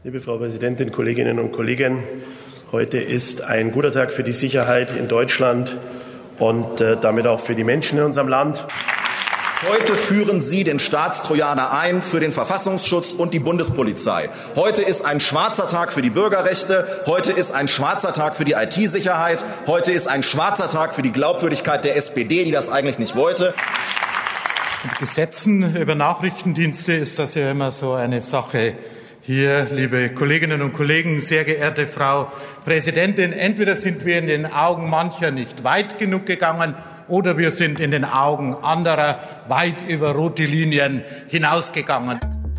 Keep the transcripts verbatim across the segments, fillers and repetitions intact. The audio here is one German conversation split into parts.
Liebe Frau Präsidentin, Kolleginnen und Kollegen, heute ist ein guter Tag für die Sicherheit in Deutschland und äh, damit auch für die Menschen in unserem Land. Heute führen Sie den Staatstrojaner ein für den Verfassungsschutz und die Bundespolizei. Heute ist ein schwarzer Tag für die Bürgerrechte. Heute ist ein schwarzer Tag für die I T-Sicherheit. Heute ist ein schwarzer Tag für die Glaubwürdigkeit der S P D, die das eigentlich nicht wollte. Mit Gesetzen über Nachrichtendienste ist das ja immer so eine Sache. Hier, liebe Kolleginnen und Kollegen, sehr geehrte Frau Präsidentin, entweder sind wir in den Augen mancher nicht weit genug gegangen oder wir sind in den Augen anderer weit über rote Linien hinausgegangen.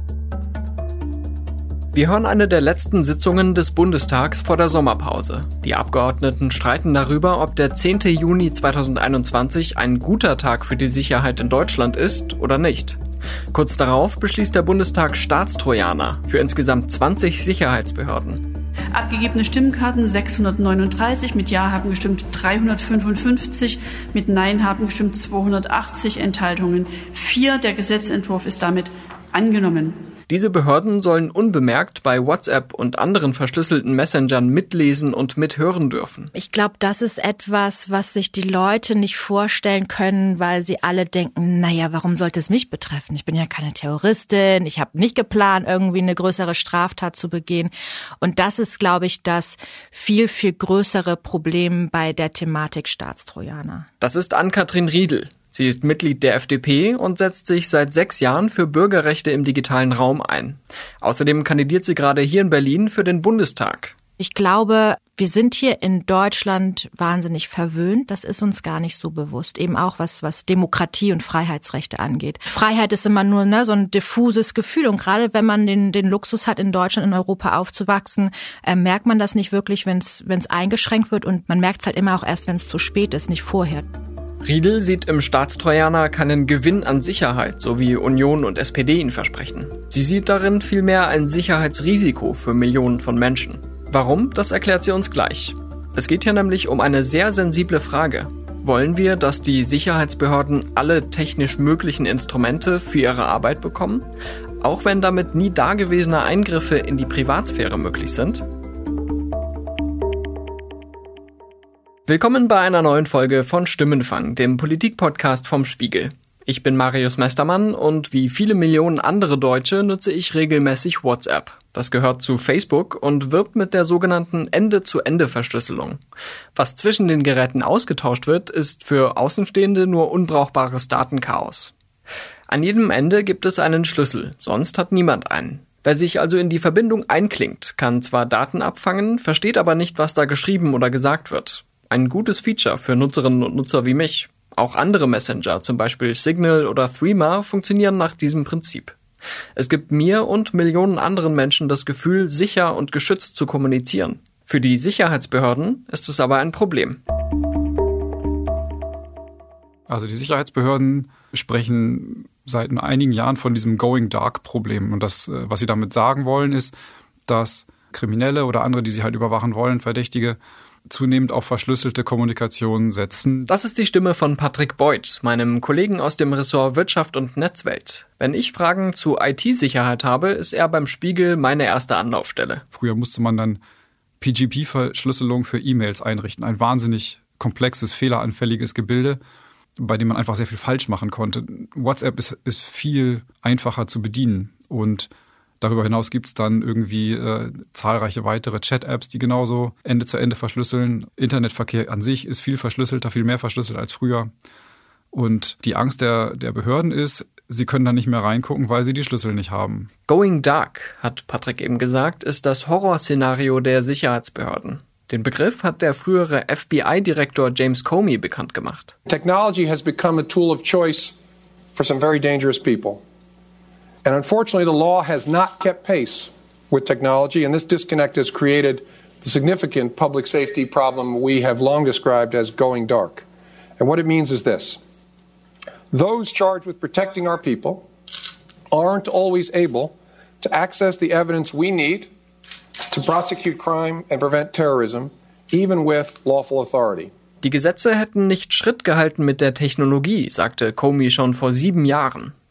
Wir hören eine der letzten Sitzungen des Bundestags vor der Sommerpause. Die Abgeordneten streiten darüber, ob der zehnte Juni zweitausendeinundzwanzig ein guter Tag für die Sicherheit in Deutschland ist oder nicht. Kurz darauf beschließt der Bundestag Staatstrojaner für insgesamt zwanzig Sicherheitsbehörden. Abgegebene Stimmkarten sechshundertneununddreißig, mit Ja haben gestimmt dreihundertfünfundfünfzig, mit Nein haben gestimmt zweihundertachtzig, Enthaltungen vier. Der Gesetzentwurf ist damit angenommen. Diese Behörden sollen unbemerkt bei WhatsApp und anderen verschlüsselten Messengern mitlesen und mithören dürfen. Ich glaube, das ist etwas, was sich die Leute nicht vorstellen können, weil sie alle denken, naja, warum sollte es mich betreffen? Ich bin ja keine Terroristin, ich habe nicht geplant, irgendwie eine größere Straftat zu begehen. Und das ist, glaube ich, das viel, viel größere Problem bei der Thematik Staatstrojaner. Das ist Ann-Kathrin Riedel. Sie ist Mitglied der F D P und setzt sich seit sechs Jahren für Bürgerrechte im digitalen Raum ein. Außerdem kandidiert sie gerade hier in Berlin für den Bundestag. Ich glaube, wir sind hier in Deutschland wahnsinnig verwöhnt. Das ist uns gar nicht so bewusst. Eben auch was, was Demokratie und Freiheitsrechte angeht. Freiheit ist immer nur ne, so ein diffuses Gefühl. Und gerade wenn man den, den Luxus hat, in Deutschland, in Europa aufzuwachsen, äh, merkt man das nicht wirklich, wenn es wenn es eingeschränkt wird. Und man merkt es halt immer auch erst, wenn es zu spät ist, nicht vorher. Riedel sieht im Staatstrojaner keinen Gewinn an Sicherheit, so wie Union und S P D ihn versprechen. Sie sieht darin vielmehr ein Sicherheitsrisiko für Millionen von Menschen. Warum? Das erklärt sie uns gleich. Es geht hier nämlich um eine sehr sensible Frage. Wollen wir, dass die Sicherheitsbehörden alle technisch möglichen Instrumente für ihre Arbeit bekommen, auch wenn damit nie dagewesene Eingriffe in die Privatsphäre möglich sind? Willkommen bei einer neuen Folge von Stimmenfang, dem Politik-Podcast vom Spiegel. Ich bin Marius Mestermann und wie viele Millionen andere Deutsche nutze ich regelmäßig WhatsApp. Das gehört zu Facebook und wirbt mit der sogenannten Ende-zu-Ende-Verschlüsselung. Was zwischen den Geräten ausgetauscht wird, ist für Außenstehende nur unbrauchbares Datenchaos. An jedem Ende gibt es einen Schlüssel, sonst hat niemand einen. Wer sich also in die Verbindung einklingt, kann zwar Daten abfangen, versteht aber nicht, was da geschrieben oder gesagt wird. Ein gutes Feature für Nutzerinnen und Nutzer wie mich. Auch andere Messenger, zum Beispiel Signal oder Threema, funktionieren nach diesem Prinzip. Es gibt mir und Millionen anderen Menschen das Gefühl, sicher und geschützt zu kommunizieren. Für die Sicherheitsbehörden ist es aber ein Problem. Also die Sicherheitsbehörden sprechen seit einigen Jahren von diesem Going-Dark-Problem. Und das, was sie damit sagen wollen, ist, dass Kriminelle oder andere, die sie halt überwachen wollen, Verdächtige, zunehmend auf verschlüsselte Kommunikation setzen. Das ist die Stimme von Patrick Beuth, meinem Kollegen aus dem Ressort Wirtschaft und Netzwelt. Wenn ich Fragen zu I T-Sicherheit habe, ist er beim Spiegel meine erste Anlaufstelle. Früher musste man dann P G P-Verschlüsselung für E-Mails einrichten. Ein wahnsinnig komplexes, fehleranfälliges Gebilde, bei dem man einfach sehr viel falsch machen konnte. WhatsApp ist, ist viel einfacher zu bedienen und darüber hinaus gibt es dann irgendwie äh, zahlreiche weitere Chat-Apps, die genauso Ende zu Ende verschlüsseln. Internetverkehr an sich ist viel verschlüsselter, viel mehr verschlüsselt als früher. Und die Angst der, der Behörden ist, sie können da nicht mehr reingucken, weil sie die Schlüssel nicht haben. Going dark, hat Patrick eben gesagt, ist das Horrorszenario der Sicherheitsbehörden. Den Begriff hat der frühere F B I-Direktor James Comey bekannt gemacht. Technology has become a tool of choice for some very dangerous people. And unfortunately, the law has not kept pace with technology, and this disconnect has created the significant public safety problem we have long described as going dark. And what it means is this. Those charged with protecting our people aren't always able to access the evidence we need to prosecute crime and prevent terrorism, even with lawful authority. Die Gesetze hätten nicht Schritt gehalten mit der Technologie, sagte Comey schon vor sieben Jahren.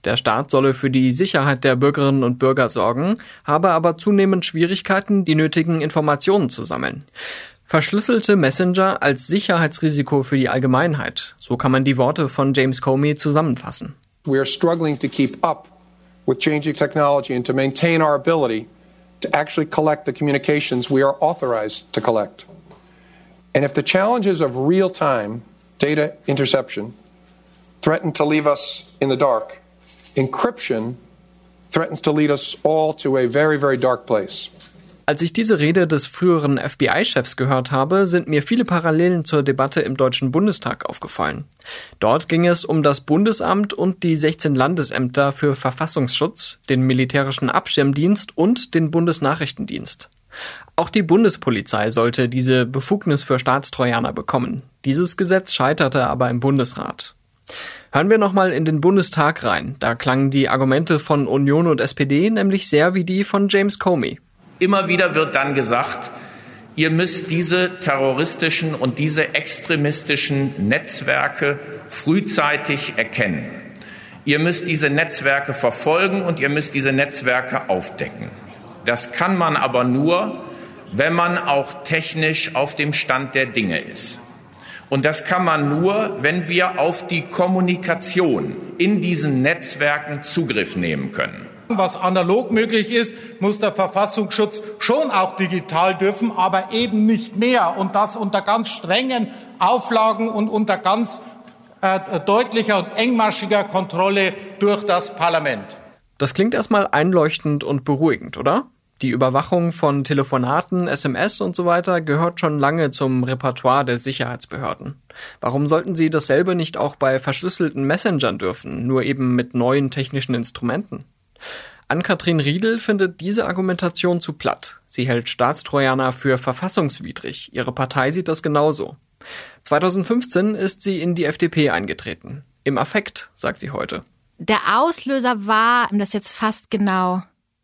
Der Staat solle für die Sicherheit der Bürgerinnen und Bürger sorgen, habe aber zunehmend Schwierigkeiten, die nötigen Informationen zu sammeln. Verschlüsselte Messenger als Sicherheitsrisiko für die Allgemeinheit. So kann man die Worte von James Comey zusammenfassen. We are struggling to keep up with changing technology and to maintain our ability to actually collect the communications we are authorized to collect. And if the challenges of real-time data interception threaten to leave us in the dark, encryption threatens to lead us all to a very, very dark place. Als ich diese Rede des früheren F B I-Chefs gehört habe, sind mir viele Parallelen zur Debatte im Deutschen Bundestag aufgefallen. Dort ging es um das Bundesamt und die sechzehn Landesämter für Verfassungsschutz, den militärischen Abschirmdienst und den Bundesnachrichtendienst. Auch die Bundespolizei sollte diese Befugnis für Staatstrojaner bekommen. Dieses Gesetz scheiterte aber im Bundesrat. Hören wir nochmal in den Bundestag rein. Da klangen die Argumente von Union und S P D nämlich sehr wie die von James Comey. Immer wieder wird dann gesagt, ihr müsst diese terroristischen und diese extremistischen Netzwerke frühzeitig erkennen. Ihr müsst diese Netzwerke verfolgen und ihr müsst diese Netzwerke aufdecken. Das kann man aber nur, wenn man auch technisch auf dem Stand der Dinge ist. Und das kann man nur, wenn wir auf die Kommunikation in diesen Netzwerken Zugriff nehmen können. Was analog möglich ist, muss der Verfassungsschutz schon auch digital dürfen, aber eben nicht mehr. Und das unter ganz strengen Auflagen und unter ganz äh, deutlicher und engmaschiger Kontrolle durch das Parlament. Das klingt erstmal einleuchtend und beruhigend, oder? Die Überwachung von Telefonaten, S M S und so weiter gehört schon lange zum Repertoire der Sicherheitsbehörden. Warum sollten sie dasselbe nicht auch bei verschlüsselten Messengern dürfen, nur eben mit neuen technischen Instrumenten? Ann-Kathrin Riedel findet diese Argumentation zu platt. Sie hält Staatstrojaner für verfassungswidrig. Ihre Partei sieht das genauso. zweitausendfünfzehn ist sie in die F D P eingetreten. Im Affekt, sagt sie heute. Der Auslöser war, das ist jetzt fast genau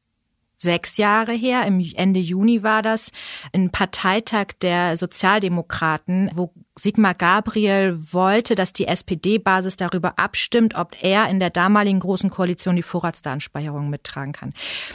sechs Jahre her, im Ende Juni war das, ein Parteitag der Sozialdemokraten, wo Sigmar Gabriel wollte, dass die S P D-Basis darüber abstimmt, ob er in der damaligen Großen Koalition die Vorratsdatenspeicherung mittragen kann.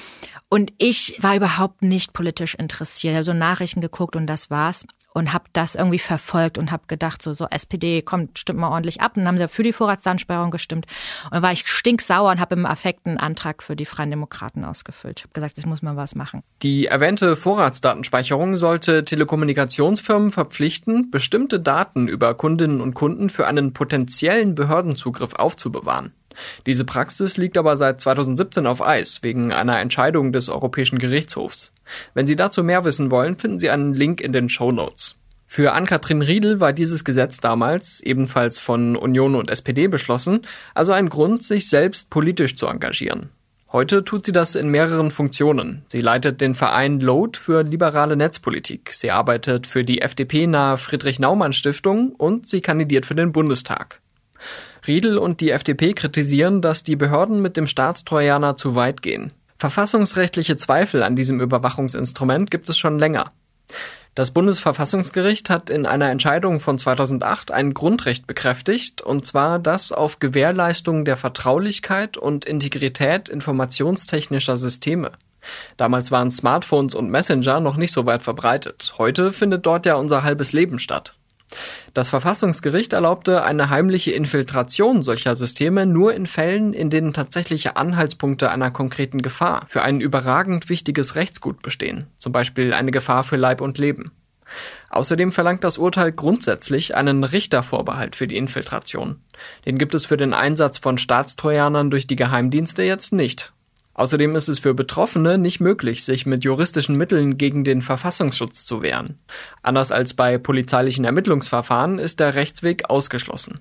Und ich war überhaupt nicht politisch interessiert. Ich habe so Nachrichten geguckt und das war's. Und habe das irgendwie verfolgt und habe gedacht, so, so S P D, kommt, stimmt mal ordentlich ab. Und dann haben sie ja für die Vorratsdatenspeicherung gestimmt. Und dann war ich stinksauer und habe im Affekt einen Antrag für die Freien Demokraten ausgefüllt. Ich habe gesagt, ich muss mal was machen. Die erwähnte Vorratsdatenspeicherung sollte Telekommunikationsfirmen verpflichten, bestimmte Daten über Kundinnen und Kunden für einen potenziellen Behördenzugriff aufzubewahren. Diese Praxis liegt aber seit zweitausendsiebzehn auf Eis, wegen einer Entscheidung des Europäischen Gerichtshofs. Wenn Sie dazu mehr wissen wollen, finden Sie einen Link in den Shownotes. Für Ann-Kathrin Riedel war dieses Gesetz damals, ebenfalls von Union und S P D beschlossen, also ein Grund, sich selbst politisch zu engagieren. Heute tut sie das in mehreren Funktionen. Sie leitet den Verein Load für liberale Netzpolitik. Sie arbeitet für die F D P-nahe Friedrich-Naumann-Stiftung und sie kandidiert für den Bundestag. Riedel und die F D P kritisieren, dass die Behörden mit dem Staatstrojaner zu weit gehen. Verfassungsrechtliche Zweifel an diesem Überwachungsinstrument gibt es schon länger. Das Bundesverfassungsgericht hat in einer Entscheidung von zweitausendacht ein Grundrecht bekräftigt, und zwar das auf Gewährleistung der Vertraulichkeit und Integrität informationstechnischer Systeme. Damals waren Smartphones und Messenger noch nicht so weit verbreitet. Heute findet dort ja unser halbes Leben statt. Das Verfassungsgericht erlaubte eine heimliche Infiltration solcher Systeme nur in Fällen, in denen tatsächliche Anhaltspunkte einer konkreten Gefahr für ein überragend wichtiges Rechtsgut bestehen, zum Beispiel eine Gefahr für Leib und Leben. Außerdem verlangt das Urteil grundsätzlich einen Richtervorbehalt für die Infiltration. Den gibt es für den Einsatz von Staatstrojanern durch die Geheimdienste jetzt nicht. Außerdem ist es für Betroffene nicht möglich, sich mit juristischen Mitteln gegen den Verfassungsschutz zu wehren. Anders als bei polizeilichen Ermittlungsverfahren ist der Rechtsweg ausgeschlossen.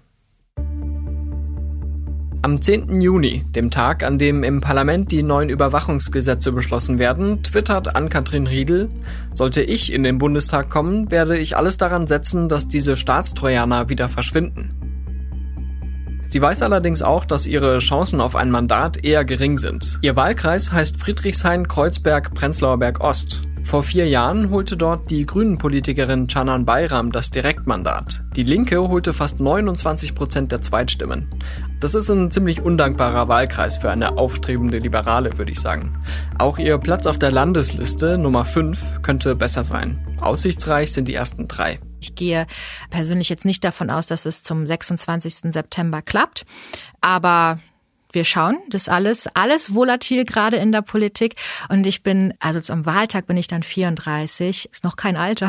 Am zehnten Juni, dem Tag, an dem im Parlament die neuen Überwachungsgesetze beschlossen werden, twittert Ann-Kathrin Riedel: Sollte ich in den Bundestag kommen, werde ich alles daran setzen, dass diese Staatstrojaner wieder verschwinden. Sie weiß allerdings auch, dass ihre Chancen auf ein Mandat eher gering sind. Ihr Wahlkreis heißt Friedrichshain-Kreuzberg-Prenzlauer Berg Ost. Vor vier Jahren holte dort die Grünen-Politikerin Canan Bayram das Direktmandat. Die Linke holte fast neunundzwanzig Prozent der Zweitstimmen. Das ist ein ziemlich undankbarer Wahlkreis für eine aufstrebende Liberale, würde ich sagen. Auch ihr Platz auf der Landesliste, Nummer fünf, könnte besser sein. Aussichtsreich sind die ersten drei. Ich gehe persönlich jetzt nicht davon aus, dass es zum sechsundzwanzigsten September klappt, aber wir schauen, das alles, alles volatil gerade in der Politik. Und ich bin, also zum Wahltag bin ich dann vierunddreißig, ist noch kein Alter.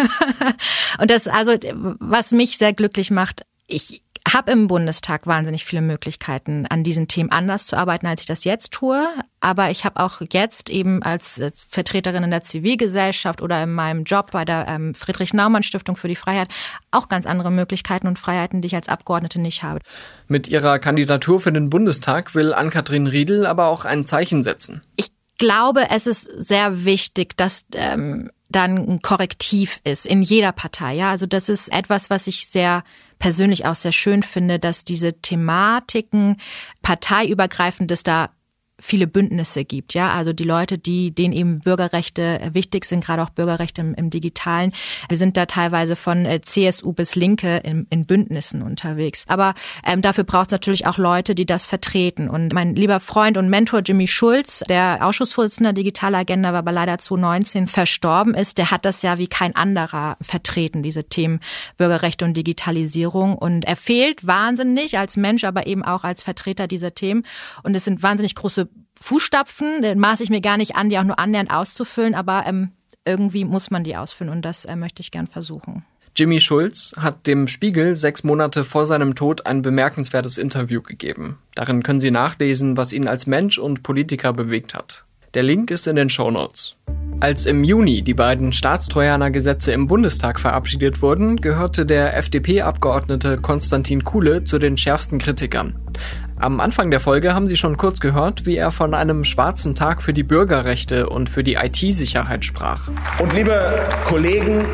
Und das, also, was mich sehr glücklich macht, ich habe im Bundestag wahnsinnig viele Möglichkeiten, an diesen Themen anders zu arbeiten, als ich das jetzt tue. Aber ich habe auch jetzt eben als Vertreterin in der Zivilgesellschaft oder in meinem Job bei der ähm, Friedrich-Naumann-Stiftung für die Freiheit auch ganz andere Möglichkeiten und Freiheiten, die ich als Abgeordnete nicht habe. Mit ihrer Kandidatur für den Bundestag will Ann-Kathrin Riedel aber auch ein Zeichen setzen. Ich glaube, es ist sehr wichtig, dass ähm, dann ein Korrektiv ist in jeder Partei. Ja, also das ist etwas, was ich sehr persönlich auch sehr schön finde, dass diese Thematiken parteiübergreifend, dass da viele Bündnisse gibt, ja, also die Leute, die denen eben Bürgerrechte wichtig sind, gerade auch Bürgerrechte im, im Digitalen. Wir sind da teilweise von C S U bis Linke in, in Bündnissen unterwegs. Aber ähm, dafür braucht es natürlich auch Leute, die das vertreten. Und mein lieber Freund und Mentor Jimmy Schulz, der Ausschussvorsitzender Digitale Agenda, war aber leider zweitausendneunzehn verstorben ist, der hat das ja wie kein anderer vertreten, diese Themen Bürgerrechte und Digitalisierung. Und er fehlt wahnsinnig als Mensch, aber eben auch als Vertreter dieser Themen. Und es sind wahnsinnig große Fußstapfen, den maße ich mir gar nicht an, die auch nur annähernd auszufüllen, aber ähm, irgendwie muss man die ausfüllen und das äh, möchte ich gern versuchen. Jimmy Schulz hat dem Spiegel sechs Monate vor seinem Tod ein bemerkenswertes Interview gegeben. Darin können Sie nachlesen, was ihn als Mensch und Politiker bewegt hat. Der Link ist in den Shownotes. Als im Juni die beiden Staatstrojaner-Gesetze im Bundestag verabschiedet wurden, gehörte der F D P-Abgeordnete Konstantin Kuhle zu den schärfsten Kritikern. Am Anfang der Folge haben Sie schon kurz gehört, wie er von einem schwarzen Tag für die Bürgerrechte und für die I T-Sicherheit sprach. Und liebe Kollegen,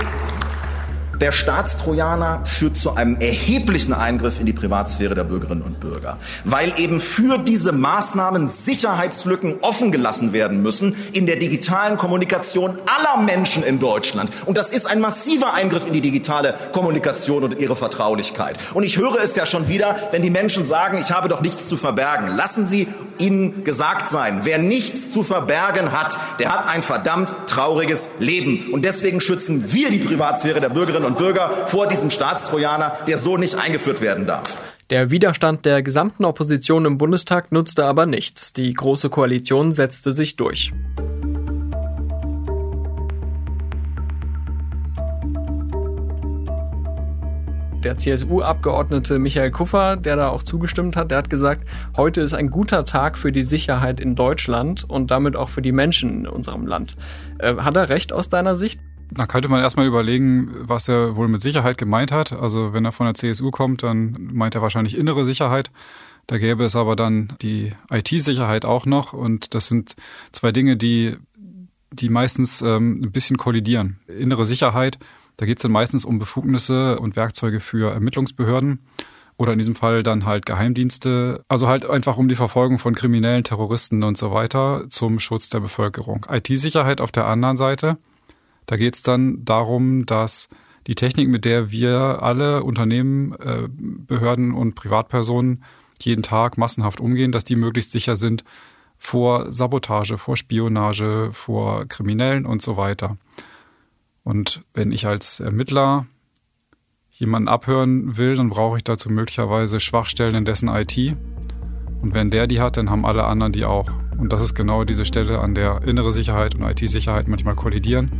der Staatstrojaner führt zu einem erheblichen Eingriff in die Privatsphäre der Bürgerinnen und Bürger, weil eben für diese Maßnahmen Sicherheitslücken offen gelassen werden müssen in der digitalen Kommunikation aller Menschen in Deutschland. Und das ist ein massiver Eingriff in die digitale Kommunikation und ihre Vertraulichkeit. Und ich höre es ja schon wieder, wenn die Menschen sagen, ich habe doch nichts zu verbergen. Lassen Sie ihnen gesagt sein, wer nichts zu verbergen hat, der hat ein verdammt trauriges Leben. Und deswegen schützen wir die Privatsphäre der Bürgerinnen und Bürger vor diesem Staatstrojaner, der so nicht eingeführt werden darf. Der Widerstand der gesamten Opposition im Bundestag nutzte aber nichts. Die Große Koalition setzte sich durch. Der C S U-Abgeordnete Michael Kuffer, der da auch zugestimmt hat, der hat gesagt, heute ist ein guter Tag für die Sicherheit in Deutschland und damit auch für die Menschen in unserem Land. Äh, hat er recht aus deiner Sicht? Da könnte man erstmal überlegen, was er wohl mit Sicherheit gemeint hat. Also wenn er von der C S U kommt, dann meint er wahrscheinlich innere Sicherheit. Da gäbe es aber dann die I T-Sicherheit auch noch. Und das sind zwei Dinge, die, die meistens ähm, ein bisschen kollidieren. Innere Sicherheit, da geht es dann meistens um Befugnisse und Werkzeuge für Ermittlungsbehörden. Oder in diesem Fall dann halt Geheimdienste. Also halt einfach um die Verfolgung von Kriminellen, Terroristen und so weiter zum Schutz der Bevölkerung. I T-Sicherheit auf der anderen Seite. Da geht es dann darum, dass die Technik, mit der wir alle Unternehmen, äh, Behörden und Privatpersonen jeden Tag massenhaft umgehen, dass die möglichst sicher sind vor Sabotage, vor Spionage, vor Kriminellen und so weiter. Und wenn ich als Ermittler jemanden abhören will, dann brauche ich dazu möglicherweise Schwachstellen in dessen I T. Und wenn der die hat, dann haben alle anderen die auch. Und das ist genau diese Stelle, an der innere Sicherheit und I T-Sicherheit manchmal kollidieren.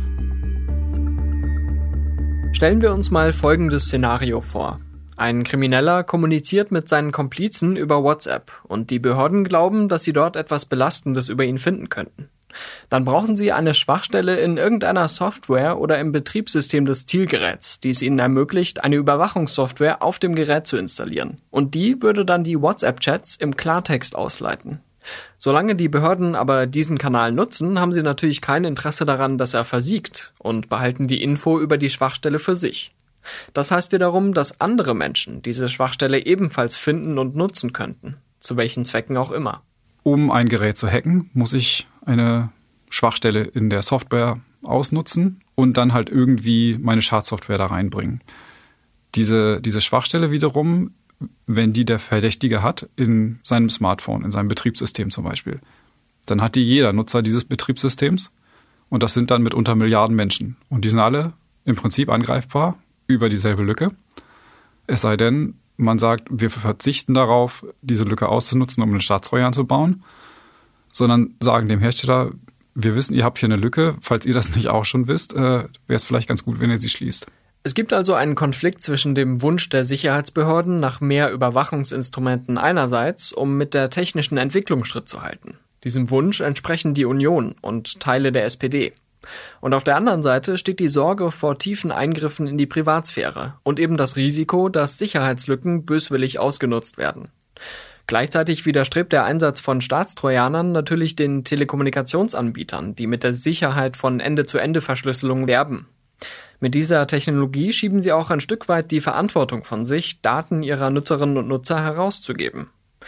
Stellen wir uns mal folgendes Szenario vor. Ein Krimineller kommuniziert mit seinen Komplizen über WhatsApp und die Behörden glauben, dass sie dort etwas Belastendes über ihn finden könnten. Dann brauchen sie eine Schwachstelle in irgendeiner Software oder im Betriebssystem des Zielgeräts, die es ihnen ermöglicht, eine Überwachungssoftware auf dem Gerät zu installieren. Und die würde dann die WhatsApp-Chats im Klartext ausleiten. Solange die Behörden aber diesen Kanal nutzen, haben sie natürlich kein Interesse daran, dass er versiegt und behalten die Info über die Schwachstelle für sich. Das heißt wiederum, dass andere Menschen diese Schwachstelle ebenfalls finden und nutzen könnten, zu welchen Zwecken auch immer. Um ein Gerät zu hacken, muss ich eine Schwachstelle in der Software ausnutzen und dann halt irgendwie meine Schadsoftware da reinbringen. Diese, diese Schwachstelle wiederum, wenn die der Verdächtige hat in seinem Smartphone, in seinem Betriebssystem zum Beispiel, dann hat die jeder Nutzer dieses Betriebssystems und das sind dann mitunter Milliarden Menschen. Und die sind alle im Prinzip angreifbar über dieselbe Lücke. Es sei denn, man sagt, wir verzichten darauf, diese Lücke auszunutzen, um einen Staatstrojaner zu bauen, sondern sagen dem Hersteller, wir wissen, ihr habt hier eine Lücke, falls ihr das nicht auch schon wisst, äh, wäre es vielleicht ganz gut, wenn ihr sie schließt. Es gibt also einen Konflikt zwischen dem Wunsch der Sicherheitsbehörden nach mehr Überwachungsinstrumenten einerseits, um mit der technischen Entwicklung Schritt zu halten. Diesem Wunsch entsprechen die Union und Teile der S P D. Und auf der anderen Seite steht die Sorge vor tiefen Eingriffen in die Privatsphäre und eben das Risiko, dass Sicherheitslücken böswillig ausgenutzt werden. Gleichzeitig widerstrebt der Einsatz von Staatstrojanern natürlich den Telekommunikationsanbietern, die mit der Sicherheit von Ende-zu-Ende-Verschlüsselung werben. Mit dieser Technologie schieben sie auch ein Stück weit die Verantwortung von sich, Daten ihrer Nutzerinnen und Nutzer herauszugeben.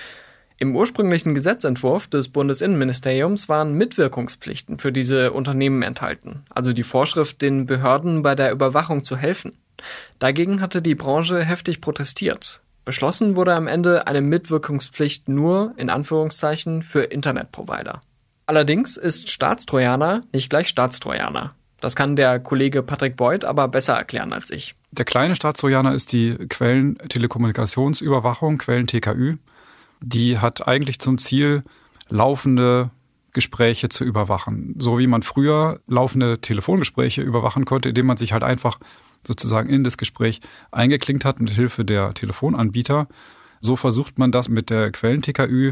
Im ursprünglichen Gesetzentwurf des Bundesinnenministeriums waren Mitwirkungspflichten für diese Unternehmen enthalten, also die Vorschrift, den Behörden bei der Überwachung zu helfen. Dagegen hatte die Branche heftig protestiert. Beschlossen wurde am Ende eine Mitwirkungspflicht nur, in Anführungszeichen, für Internetprovider. Allerdings ist Staatstrojaner nicht gleich Staatstrojaner. Das kann der Kollege Patrick Beuth aber besser erklären als ich. Der kleine Staatstrojaner ist die Quellentelekommunikationsüberwachung, Quellen-T K Ü. Die hat eigentlich zum Ziel, laufende Gespräche zu überwachen. So wie man früher laufende Telefongespräche überwachen konnte, indem man sich halt einfach sozusagen in das Gespräch eingeklinkt hat mit Hilfe der Telefonanbieter. So versucht man das mit der Quellen-T K Ü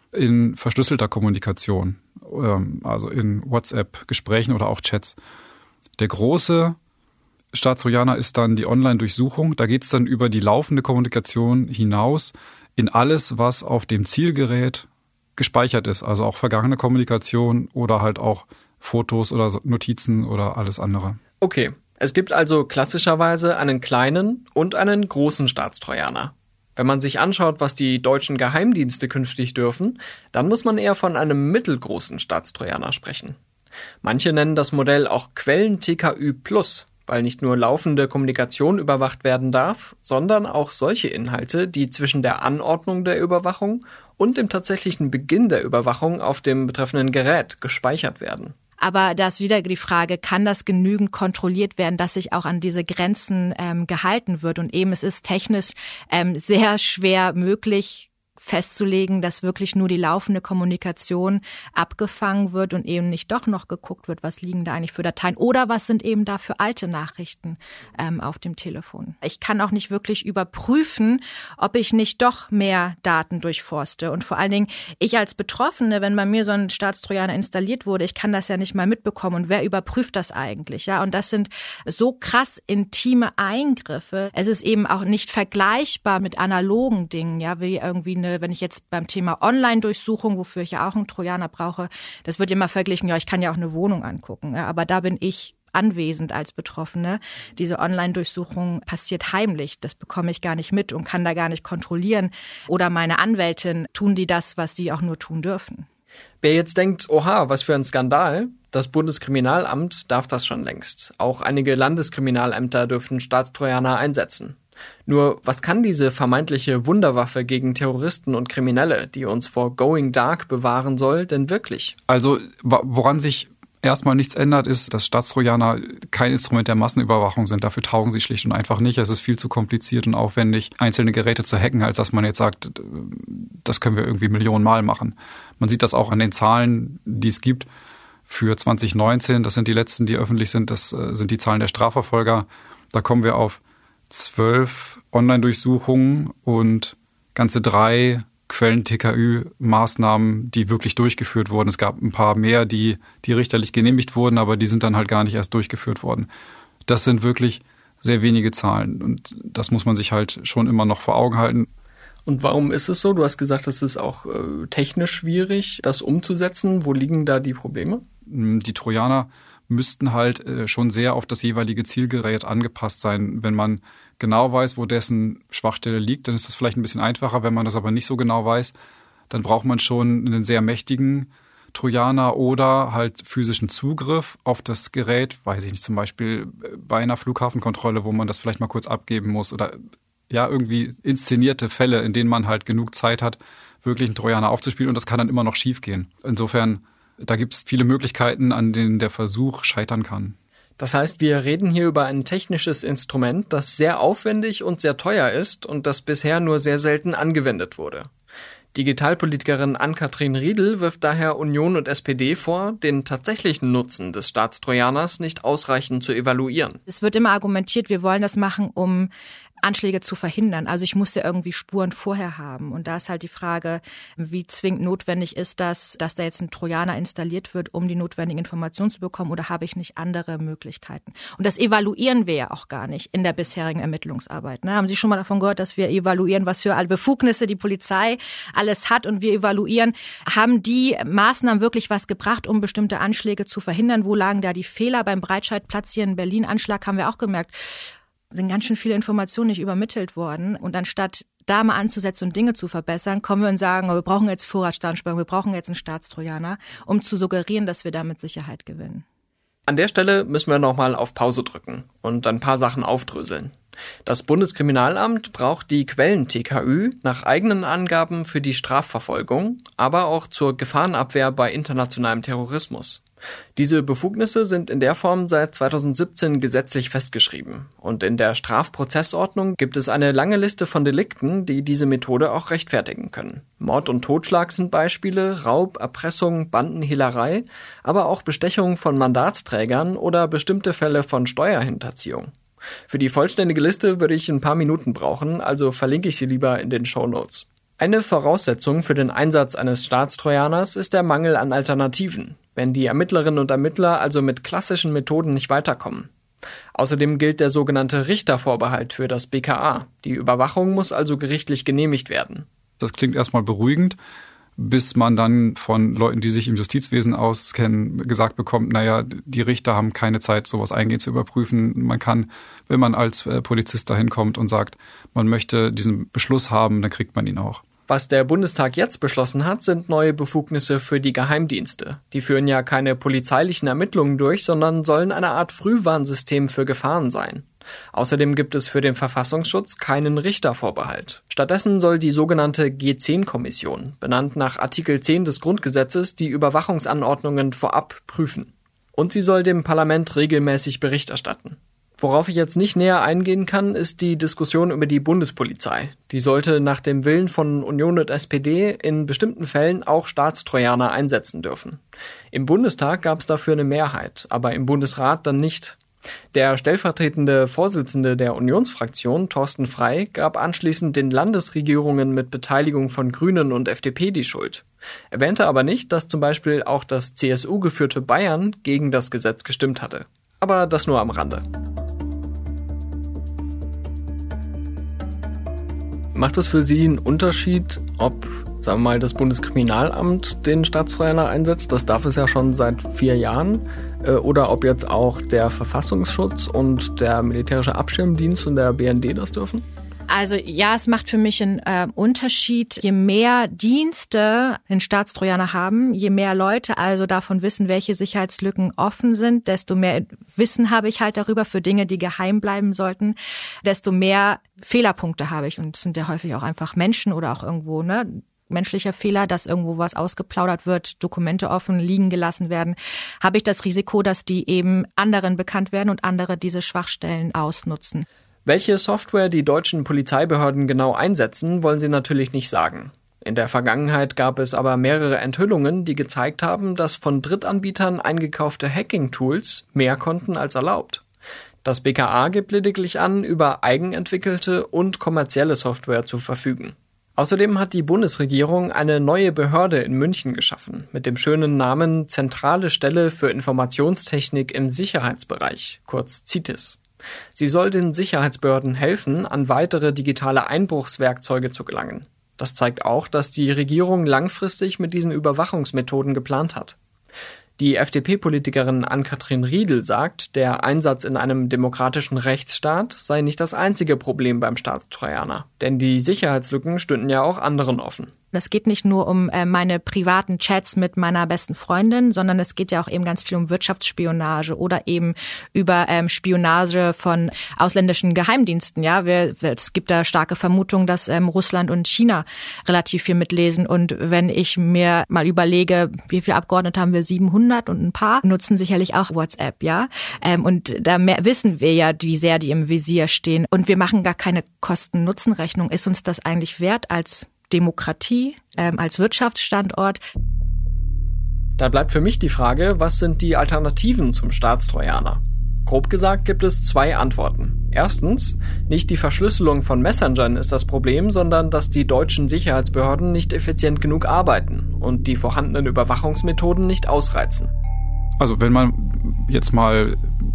in verschlüsselter Kommunikation, also in WhatsApp-Gesprächen oder auch Chats. Der große Staatstrojaner ist dann die Online-Durchsuchung. Da geht es dann über die laufende Kommunikation hinaus in alles, was auf dem Zielgerät gespeichert ist. Also auch vergangene Kommunikation oder halt auch Fotos oder Notizen oder alles andere. Okay, es gibt also klassischerweise einen kleinen und einen großen Staatstrojaner. Wenn man sich anschaut, was die deutschen Geheimdienste künftig dürfen, dann muss man eher von einem mittelgroßen Staatstrojaner sprechen. Manche nennen das Modell auch Quellen-T K Ü plus, weil nicht nur laufende Kommunikation überwacht werden darf, sondern auch solche Inhalte, die zwischen der Anordnung der Überwachung und dem tatsächlichen Beginn der Überwachung auf dem betreffenden Gerät gespeichert werden. Aber da ist wieder die Frage, kann das genügend kontrolliert werden, dass sich auch an diese Grenzen ähm, gehalten wird? Und eben, es ist technisch ähm, sehr schwer möglich festzulegen, dass wirklich nur die laufende Kommunikation abgefangen wird und eben nicht doch noch geguckt wird, was liegen da eigentlich für Dateien oder was sind eben da für alte Nachrichten ähm, auf dem Telefon. Ich kann auch nicht wirklich überprüfen, ob ich nicht doch mehr Daten durchforste. Und vor allen Dingen, ich als Betroffene, wenn bei mir so ein Staatstrojaner installiert wurde, ich kann das ja nicht mal mitbekommen. Und wer überprüft das eigentlich? Ja, und das sind so krass intime Eingriffe. Es ist eben auch nicht vergleichbar mit analogen Dingen, ja, wie irgendwie eine, wenn ich jetzt beim Thema Online-Durchsuchung, wofür ich ja auch einen Trojaner brauche, das wird immer verglichen, ja, ich kann ja auch eine Wohnung angucken, ja, aber da bin ich anwesend als Betroffene. Diese Online-Durchsuchung passiert heimlich, das bekomme ich gar nicht mit und kann da gar nicht kontrollieren. Oder meine Anwältin, tun die das, was sie auch nur tun dürfen. Wer jetzt denkt, oha, was für ein Skandal, das Bundeskriminalamt darf das schon längst. Auch einige Landeskriminalämter dürfen Staatstrojaner einsetzen. Nur, was kann diese vermeintliche Wunderwaffe gegen Terroristen und Kriminelle, die uns vor Going Dark bewahren soll, denn wirklich? Also, woran sich erstmal nichts ändert, ist, dass Staatstrojaner kein Instrument der Massenüberwachung sind. Dafür taugen sie schlicht und einfach nicht. Es ist viel zu kompliziert und aufwendig, einzelne Geräte zu hacken, als dass man jetzt sagt, das können wir irgendwie Millionenmal machen. Man sieht das auch an den Zahlen, die es gibt für zwanzig neunzehn. Das sind die letzten, die öffentlich sind. Das sind die Zahlen der Strafverfolger. Da kommen wir auf zwölf Online-Durchsuchungen und ganze drei Quellen-T K Ü-Maßnahmen, die wirklich durchgeführt wurden. Es gab ein paar mehr, die, die richterlich genehmigt wurden, aber die sind dann halt gar nicht erst durchgeführt worden. Das sind wirklich sehr wenige Zahlen und das muss man sich halt schon immer noch vor Augen halten. Und warum ist es so? Du hast gesagt, es ist auch äh, technisch schwierig, das umzusetzen. Wo liegen da die Probleme? Die Trojaner müssten halt äh, schon sehr auf das jeweilige Zielgerät angepasst sein. Wenn man genau weiß, wo dessen Schwachstelle liegt, dann ist das vielleicht ein bisschen einfacher. Wenn man das aber nicht so genau weiß, dann braucht man schon einen sehr mächtigen Trojaner oder halt physischen Zugriff auf das Gerät, weiß ich nicht, zum Beispiel bei einer Flughafenkontrolle, wo man das vielleicht mal kurz abgeben muss oder ja, irgendwie inszenierte Fälle, in denen man halt genug Zeit hat, wirklich einen Trojaner aufzuspielen und das kann dann immer noch schiefgehen. Insofern, da gibt es viele Möglichkeiten, an denen der Versuch scheitern kann. Das heißt, wir reden hier über ein technisches Instrument, das sehr aufwendig und sehr teuer ist und das bisher nur sehr selten angewendet wurde. Digitalpolitikerin Ann-Kathrin Riedel wirft daher Union und S P D vor, den tatsächlichen Nutzen des Staatstrojaners nicht ausreichend zu evaluieren. Es wird immer argumentiert, wir wollen das machen, um Anschläge zu verhindern. Also ich muss ja irgendwie Spuren vorher haben. Und da ist halt die Frage, wie zwingend notwendig ist das, dass da jetzt ein Trojaner installiert wird, um die notwendigen Informationen zu bekommen, oder habe ich nicht andere Möglichkeiten? Und das evaluieren wir ja auch gar nicht in der bisherigen Ermittlungsarbeit. Ne? Haben Sie schon mal davon gehört, dass wir evaluieren, was für alle Befugnisse die Polizei alles hat, und wir evaluieren, haben die Maßnahmen wirklich was gebracht, um bestimmte Anschläge zu verhindern? Wo lagen da die Fehler? Beim Breitscheidplatz hier in Berlin Anschlag haben wir auch gemerkt, sind ganz schön viele Informationen nicht übermittelt worden. Und anstatt da mal anzusetzen und Dinge zu verbessern, kommen wir und sagen, wir brauchen jetzt Vorratsdatenspeicherung, wir brauchen jetzt einen Staatstrojaner, um zu suggerieren, dass wir damit Sicherheit gewinnen. An der Stelle müssen wir nochmal auf Pause drücken und ein paar Sachen aufdröseln. Das Bundeskriminalamt braucht die Quellen-T K Ü nach eigenen Angaben für die Strafverfolgung, aber auch zur Gefahrenabwehr bei internationalem Terrorismus. Diese Befugnisse sind in der Form seit zweitausendsiebzehn gesetzlich festgeschrieben. Und in der Strafprozessordnung gibt es eine lange Liste von Delikten, die diese Methode auch rechtfertigen können. Mord und Totschlag sind Beispiele, Raub, Erpressung, Bandenhehlerei, aber auch Bestechung von Mandatsträgern oder bestimmte Fälle von Steuerhinterziehung. Für die vollständige Liste würde ich ein paar Minuten brauchen, also verlinke ich sie lieber in den Shownotes. Eine Voraussetzung für den Einsatz eines Staatstrojaners ist der Mangel an Alternativen, wenn die Ermittlerinnen und Ermittler also mit klassischen Methoden nicht weiterkommen. Außerdem gilt der sogenannte Richtervorbehalt für das B K A. Die Überwachung muss also gerichtlich genehmigt werden. Das klingt erstmal beruhigend, bis man dann von Leuten, die sich im Justizwesen auskennen, gesagt bekommt, naja, die Richter haben keine Zeit, sowas eingehend zu überprüfen. Man kann, wenn man als Polizist dahin kommt und sagt, man möchte diesen Beschluss haben, dann kriegt man ihn auch. Was der Bundestag jetzt beschlossen hat, sind neue Befugnisse für die Geheimdienste. Die führen ja keine polizeilichen Ermittlungen durch, sondern sollen eine Art Frühwarnsystem für Gefahren sein. Außerdem gibt es für den Verfassungsschutz keinen Richtervorbehalt. Stattdessen soll die sogenannte G zehn Kommission, benannt nach Artikel zehn des Grundgesetzes, die Überwachungsanordnungen vorab prüfen. Und sie soll dem Parlament regelmäßig Bericht erstatten. Worauf ich jetzt nicht näher eingehen kann, ist die Diskussion über die Bundespolizei. Die sollte nach dem Willen von Union und S P D in bestimmten Fällen auch Staatstrojaner einsetzen dürfen. Im Bundestag gab es dafür eine Mehrheit, aber im Bundesrat dann nicht. Der stellvertretende Vorsitzende der Unionsfraktion, Thorsten Frey, gab anschließend den Landesregierungen mit Beteiligung von Grünen und F D P die Schuld. Erwähnte aber nicht, dass zum Beispiel auch das C S U-geführte Bayern gegen das Gesetz gestimmt hatte. Aber das nur am Rande. Macht es für Sie einen Unterschied, ob, sagen wir mal, das Bundeskriminalamt den Staatstrojaner einsetzt? Das darf es ja schon seit vier Jahren. Äh, oder ob jetzt auch der Verfassungsschutz und der militärische Abschirmdienst und der B N D das dürfen? Also ja, es macht für mich einen äh, Unterschied. Je mehr Dienste einen Staatstrojaner haben, je mehr Leute also davon wissen, welche Sicherheitslücken offen sind, desto mehr Wissen habe ich halt darüber für Dinge, die geheim bleiben sollten, desto mehr Fehlerpunkte habe ich. Und es sind ja häufig auch einfach Menschen oder auch irgendwo, ne, menschlicher Fehler, dass irgendwo was ausgeplaudert wird, Dokumente offen liegen gelassen werden, habe ich das Risiko, dass die eben anderen bekannt werden und andere diese Schwachstellen ausnutzen. Welche Software die deutschen Polizeibehörden genau einsetzen, wollen sie natürlich nicht sagen. In der Vergangenheit gab es aber mehrere Enthüllungen, die gezeigt haben, dass von Drittanbietern eingekaufte Hacking-Tools mehr konnten als erlaubt. Das B K A gibt lediglich an, über eigenentwickelte und kommerzielle Software zu verfügen. Außerdem hat die Bundesregierung eine neue Behörde in München geschaffen, mit dem schönen Namen Zentrale Stelle für Informationstechnik im Sicherheitsbereich, kurz C I T E S. Sie soll den Sicherheitsbehörden helfen, an weitere digitale Einbruchswerkzeuge zu gelangen. Das zeigt auch, dass die Regierung langfristig mit diesen Überwachungsmethoden geplant hat. Die F D P-Politikerin Ann-Kathrin Riedel sagt, der Einsatz in einem demokratischen Rechtsstaat sei nicht das einzige Problem beim Staatstrojaner. Denn die Sicherheitslücken stünden ja auch anderen offen. Es geht nicht nur um äh, meine privaten Chats mit meiner besten Freundin, sondern es geht ja auch eben ganz viel um Wirtschaftsspionage oder eben über ähm, Spionage von ausländischen Geheimdiensten. Ja, wir, es gibt da starke Vermutungen, dass ähm, Russland und China relativ viel mitlesen. Und wenn ich mir mal überlege, wie viele Abgeordnete haben wir? siebenhundert und ein paar nutzen sicherlich auch WhatsApp, ja. Ähm, und da mehr wissen wir ja, wie sehr die im Visier stehen. Und wir machen gar keine Kosten-Nutzen-Rechnung. Ist uns das eigentlich wert als Demokratie, ähm, als Wirtschaftsstandort? Da bleibt für mich die Frage, was sind die Alternativen zum Staatstrojaner? Grob gesagt gibt es zwei Antworten. Erstens, nicht die Verschlüsselung von Messengern ist das Problem, sondern dass die deutschen Sicherheitsbehörden nicht effizient genug arbeiten und die vorhandenen Überwachungsmethoden nicht ausreizen. Also wenn man jetzt mal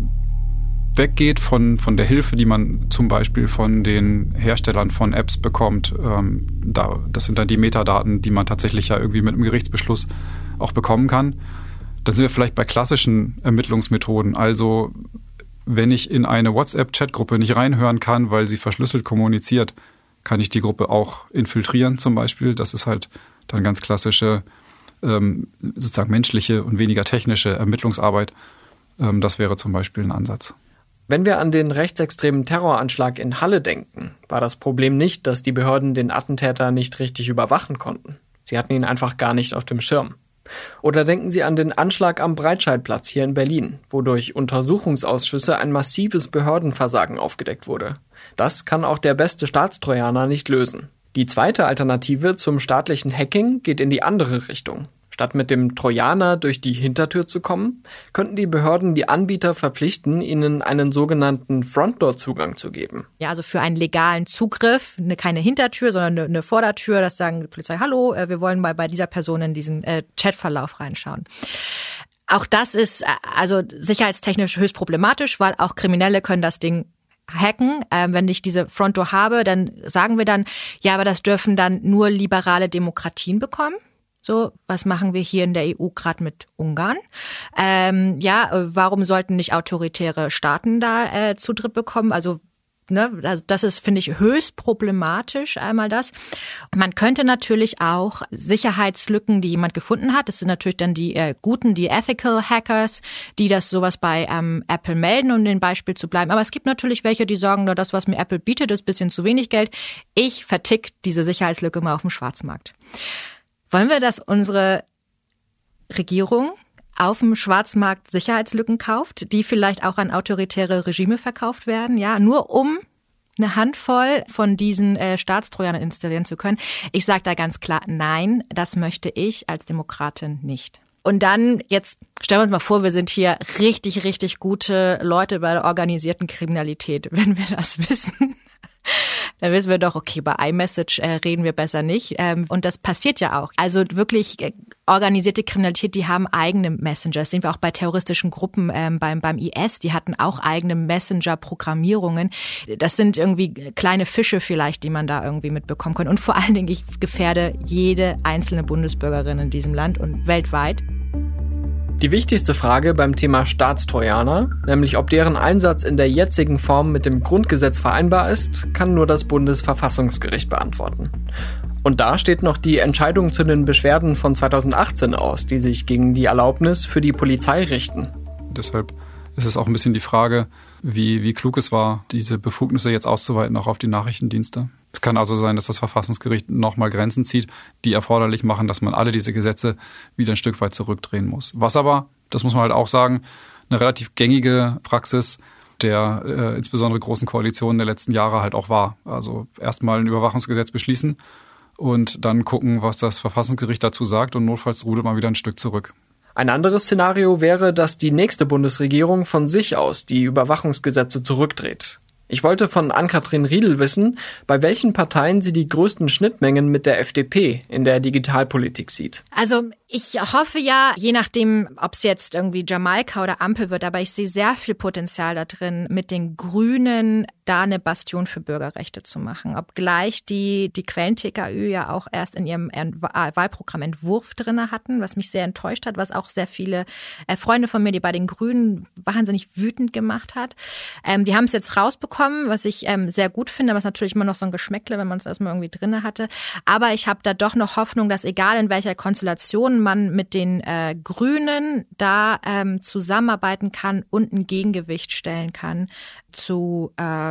weggeht von, von der Hilfe, die man zum Beispiel von den Herstellern von Apps bekommt, ähm, da, das sind dann die Metadaten, die man tatsächlich ja irgendwie mit einem Gerichtsbeschluss auch bekommen kann, dann sind wir vielleicht bei klassischen Ermittlungsmethoden. Also wenn ich in eine WhatsApp-Chatgruppe nicht reinhören kann, weil sie verschlüsselt kommuniziert, kann ich die Gruppe auch infiltrieren zum Beispiel. Das ist halt dann ganz klassische, ähm, sozusagen menschliche und weniger technische Ermittlungsarbeit. Ähm, das wäre zum Beispiel ein Ansatz. Wenn wir an den rechtsextremen Terroranschlag in Halle denken, war das Problem nicht, dass die Behörden den Attentäter nicht richtig überwachen konnten. Sie hatten ihn einfach gar nicht auf dem Schirm. Oder denken Sie an den Anschlag am Breitscheidplatz hier in Berlin, wo durch Untersuchungsausschüsse ein massives Behördenversagen aufgedeckt wurde. Das kann auch der beste Staatstrojaner nicht lösen. Die zweite Alternative zum staatlichen Hacking geht in die andere Richtung. Statt mit dem Trojaner durch die Hintertür zu kommen, könnten die Behörden die Anbieter verpflichten, ihnen einen sogenannten Frontdoor-Zugang zu geben. Ja, also für einen legalen Zugriff, eine, keine Hintertür, sondern eine, eine Vordertür, das sagen die Polizei, hallo, äh, wir wollen mal bei dieser Person in diesen äh, Chatverlauf reinschauen. Auch das ist äh, also sicherheitstechnisch höchst problematisch, weil auch Kriminelle können das Ding hacken. Ähm, wenn ich diese Frontdoor habe, dann sagen wir dann, ja, aber das dürfen dann nur liberale Demokratien bekommen. So, was machen wir hier in der E U gerade mit Ungarn? Ähm, ja, warum sollten nicht autoritäre Staaten da äh, Zutritt bekommen? Also, ne, das, das ist, finde ich, höchst problematisch, einmal das. Man könnte natürlich auch Sicherheitslücken, die jemand gefunden hat, das sind natürlich dann die äh, guten, die Ethical Hackers, die das sowas bei ähm, Apple melden, um dem Beispiel zu bleiben. Aber es gibt natürlich welche, die sagen, nur das, was mir Apple bietet, ist ein bisschen zu wenig Geld. Ich vertick diese Sicherheitslücke mal auf dem Schwarzmarkt. Wollen wir, dass unsere Regierung auf dem Schwarzmarkt Sicherheitslücken kauft, die vielleicht auch an autoritäre Regime verkauft werden, ja, nur um eine Handvoll von diesen äh, Staatstrojanern installieren zu können? Ich sage da ganz klar, nein, das möchte ich als Demokratin nicht. Und dann, jetzt stellen wir uns mal vor, wir sind hier richtig, richtig gute Leute bei der organisierten Kriminalität. Wenn wir das wissen, dann wissen wir doch, okay, bei iMessage äh, reden wir besser nicht. Ähm, und das passiert ja auch. Also wirklich äh, organisierte Kriminalität, die haben eigene Messenger. Das sehen wir auch bei terroristischen Gruppen ähm, beim, beim I S. Die hatten auch eigene Messenger-Programmierungen. Das sind irgendwie kleine Fische vielleicht, die man da irgendwie mitbekommen kann. Und vor allen Dingen, ich gefährde jede einzelne Bundesbürgerin in diesem Land und weltweit. Die wichtigste Frage beim Thema Staatstrojaner, nämlich ob deren Einsatz in der jetzigen Form mit dem Grundgesetz vereinbar ist, kann nur das Bundesverfassungsgericht beantworten. Und da steht noch die Entscheidung zu den Beschwerden von zweitausendachtzehn aus, die sich gegen die Erlaubnis für die Polizei richten. Deshalb ist es auch ein bisschen die Frage, wie, wie klug es war, diese Befugnisse jetzt auszuweiten, auch auf die Nachrichtendienste. Es kann also sein, dass das Verfassungsgericht nochmal Grenzen zieht, die erforderlich machen, dass man alle diese Gesetze wieder ein Stück weit zurückdrehen muss. Was aber, das muss man halt auch sagen, eine relativ gängige Praxis der äh, insbesondere großen Koalitionen der letzten Jahre halt auch war. Also erstmal ein Überwachungsgesetz beschließen und dann gucken, was das Verfassungsgericht dazu sagt und notfalls rudert man wieder ein Stück zurück. Ein anderes Szenario wäre, dass die nächste Bundesregierung von sich aus die Überwachungsgesetze zurückdreht. Ich wollte von Ann-Kathrin Riedel wissen, bei welchen Parteien sie die größten Schnittmengen mit der F D P in der Digitalpolitik sieht. Also Ich hoffe ja, je nachdem, ob es jetzt irgendwie Jamaika oder Ampel wird, aber ich sehe sehr viel Potenzial da drin, mit den Grünen da eine Bastion für Bürgerrechte zu machen. Obgleich die die Quellen-T K Ü ja auch erst in ihrem Wahlprogramm Entwurf drinne hatten, was mich sehr enttäuscht hat, was auch sehr viele äh, Freunde von mir, die bei den Grünen wahnsinnig wütend gemacht hat. Ähm, die haben es jetzt rausbekommen, was ich ähm, sehr gut finde, was natürlich immer noch so ein Geschmäckle, wenn man es erstmal irgendwie drinne hatte. Aber ich habe da doch noch Hoffnung, dass egal in welcher Konstellation man mit den äh, Grünen da ähm, zusammenarbeiten kann und ein Gegengewicht stellen kann zu äh,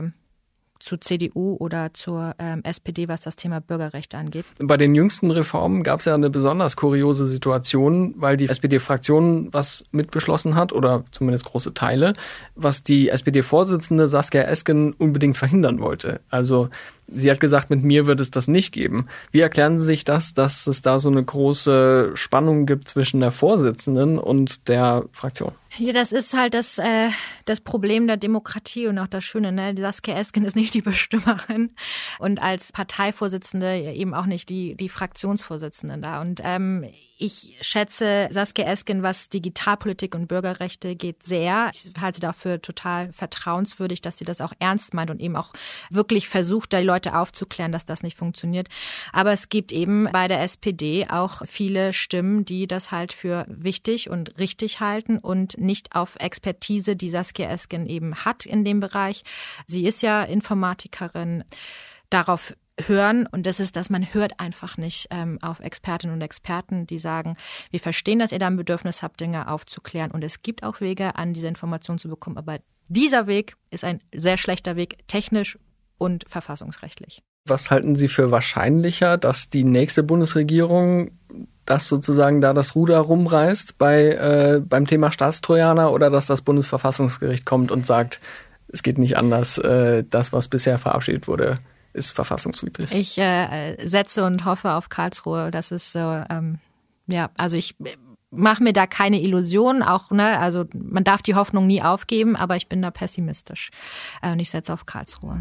zu C D U oder zur ähm, S P D, was das Thema Bürgerrechte angeht. Bei den jüngsten Reformen gab es ja eine besonders kuriose Situation, weil die S P D-Fraktion was mitbeschlossen hat, oder zumindest große Teile, was die S P D-Vorsitzende Saskia Esken unbedingt verhindern wollte. Also sie hat gesagt, mit mir wird es das nicht geben. Wie erklären Sie sich das, dass es da so eine große Spannung gibt zwischen der Vorsitzenden und der Fraktion? Ja, das ist halt das äh, das Problem der Demokratie und auch das Schöne, ne? Saskia Esken ist nicht die Bestimmerin und als Parteivorsitzende eben auch nicht die die Fraktionsvorsitzende da. Und ähm, ich schätze Saskia Esken, was Digitalpolitik und Bürgerrechte geht, sehr. Ich halte dafür total vertrauenswürdig, dass sie das auch ernst meint und eben auch wirklich versucht, da die Leute aufzuklären, dass das nicht funktioniert. Aber es gibt eben bei der S P D auch viele Stimmen, die das halt für wichtig und richtig halten und nicht auf Expertise, die Saskia Esken eben hat in dem Bereich. Sie ist ja Informatikerin, darauf hören. Und das ist, dass man hört einfach nicht ähm, auf Expertinnen und Experten, die sagen, wir verstehen, dass ihr da ein Bedürfnis habt, Dinge aufzuklären. Und es gibt auch Wege, an diese Informationen zu bekommen. Aber dieser Weg ist ein sehr schlechter Weg, technisch und verfassungsrechtlich. Was halten Sie für wahrscheinlicher, dass die nächste Bundesregierung das sozusagen da das Ruder rumreißt bei äh, beim Thema Staatstrojaner, oder dass das Bundesverfassungsgericht kommt und sagt, es geht nicht anders, äh, das, was bisher verabschiedet wurde, ist verfassungswidrig? Ich äh, setze und hoffe auf Karlsruhe. Das ist so, ähm, ja, also ich mache mir da keine Illusionen, auch, ne, also man darf die Hoffnung nie aufgeben, aber ich bin da pessimistisch äh, und ich setze auf Karlsruhe.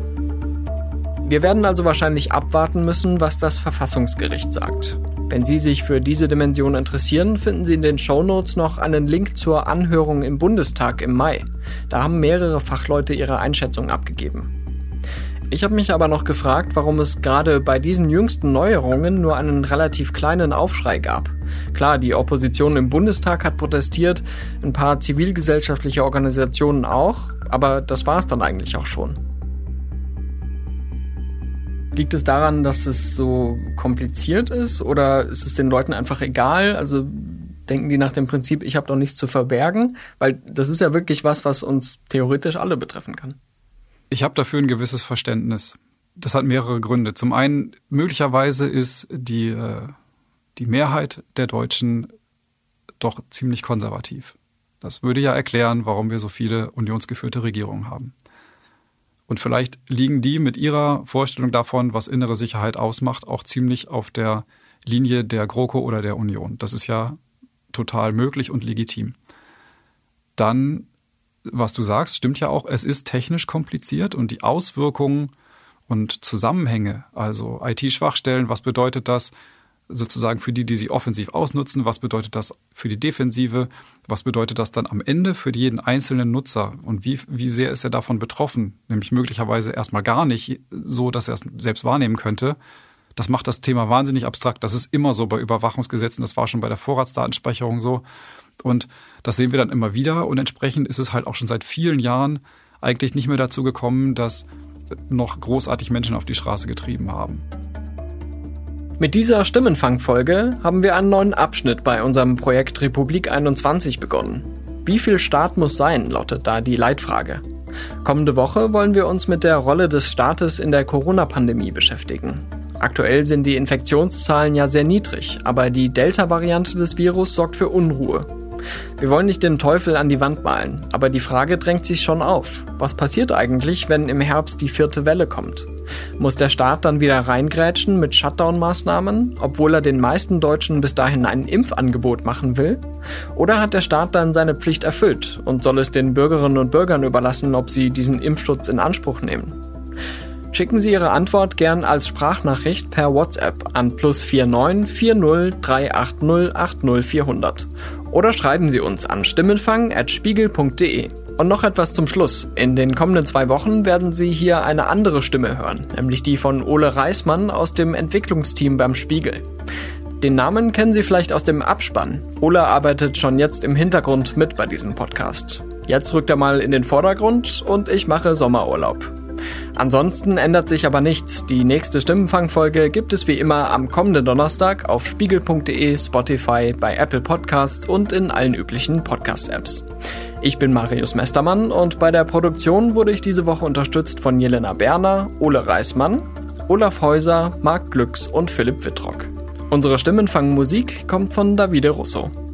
Wir werden also wahrscheinlich abwarten müssen, was das Verfassungsgericht sagt. Wenn Sie sich für diese Dimension interessieren, finden Sie in den Shownotes noch einen Link zur Anhörung im Bundestag im Mai. Da haben mehrere Fachleute ihre Einschätzung abgegeben. Ich habe mich aber noch gefragt, warum es gerade bei diesen jüngsten Neuerungen nur einen relativ kleinen Aufschrei gab. Klar, die Opposition im Bundestag hat protestiert, ein paar zivilgesellschaftliche Organisationen auch, aber das war es dann eigentlich auch schon. Liegt es daran, dass es so kompliziert ist, oder ist es den Leuten einfach egal? Also denken die nach dem Prinzip, ich habe doch nichts zu verbergen? Weil das ist ja wirklich was, was uns theoretisch alle betreffen kann. Ich habe dafür ein gewisses Verständnis. Das hat mehrere Gründe. Zum einen, möglicherweise ist die, äh, die Mehrheit der Deutschen doch ziemlich konservativ. Das würde ja erklären, warum wir so viele unionsgeführte Regierungen haben. Und vielleicht liegen die mit ihrer Vorstellung davon, was innere Sicherheit ausmacht, auch ziemlich auf der Linie der GroKo oder der Union. Das ist ja total möglich und legitim. Dann, was du sagst, stimmt ja auch, es ist technisch kompliziert und die Auswirkungen und Zusammenhänge, also I T-Schwachstellen, was bedeutet das sozusagen für die, die sie offensiv ausnutzen, was bedeutet das für die Defensive, was bedeutet das dann am Ende für jeden einzelnen Nutzer und wie, wie sehr ist er davon betroffen, nämlich möglicherweise erstmal gar nicht so, dass er es selbst wahrnehmen könnte. Das macht das Thema wahnsinnig abstrakt. Das ist immer so bei Überwachungsgesetzen, das war schon bei der Vorratsdatenspeicherung so und das sehen wir dann immer wieder und entsprechend ist es halt auch schon seit vielen Jahren eigentlich nicht mehr dazu gekommen, dass noch großartig Menschen auf die Straße getrieben haben. Mit dieser Stimmenfangfolge haben wir einen neuen Abschnitt bei unserem Projekt Republik einundzwanzig begonnen. Wie viel Staat muss sein, lautet da die Leitfrage. Kommende Woche wollen wir uns mit der Rolle des Staates in der Corona-Pandemie beschäftigen. Aktuell sind die Infektionszahlen ja sehr niedrig, aber die Delta-Variante des Virus sorgt für Unruhe. Wir wollen nicht den Teufel an die Wand malen, aber die Frage drängt sich schon auf. Was passiert eigentlich, wenn im Herbst die vierte Welle kommt? Muss der Staat dann wieder reingrätschen mit Shutdown-Maßnahmen, obwohl er den meisten Deutschen bis dahin ein Impfangebot machen will? Oder hat der Staat dann seine Pflicht erfüllt und soll es den Bürgerinnen und Bürgern überlassen, ob sie diesen Impfschutz in Anspruch nehmen? Schicken Sie Ihre Antwort gern als Sprachnachricht per WhatsApp an plus vier neun vier null drei acht null acht null vier null null oder schreiben Sie uns an stimmenfang at spiegel punkt de. Und noch etwas zum Schluss. In den kommenden zwei Wochen werden Sie hier eine andere Stimme hören, nämlich die von Ole Reismann aus dem Entwicklungsteam beim Spiegel. Den Namen kennen Sie vielleicht aus dem Abspann. Ole arbeitet schon jetzt im Hintergrund mit bei diesem Podcast. Jetzt rückt er mal in den Vordergrund und ich mache Sommerurlaub. Ansonsten ändert sich aber nichts. Die nächste Stimmenfangfolge gibt es wie immer am kommenden Donnerstag auf spiegel punkt de, Spotify, bei Apple Podcasts und in allen üblichen Podcast-Apps. Ich bin Marius Mestermann und bei der Produktion wurde ich diese Woche unterstützt von Jelena Berner, Ole Reismann, Olaf Häuser, Marc Glücks und Philipp Wittrock. Unsere Stimmenfang-Musik kommt von Davide Russo.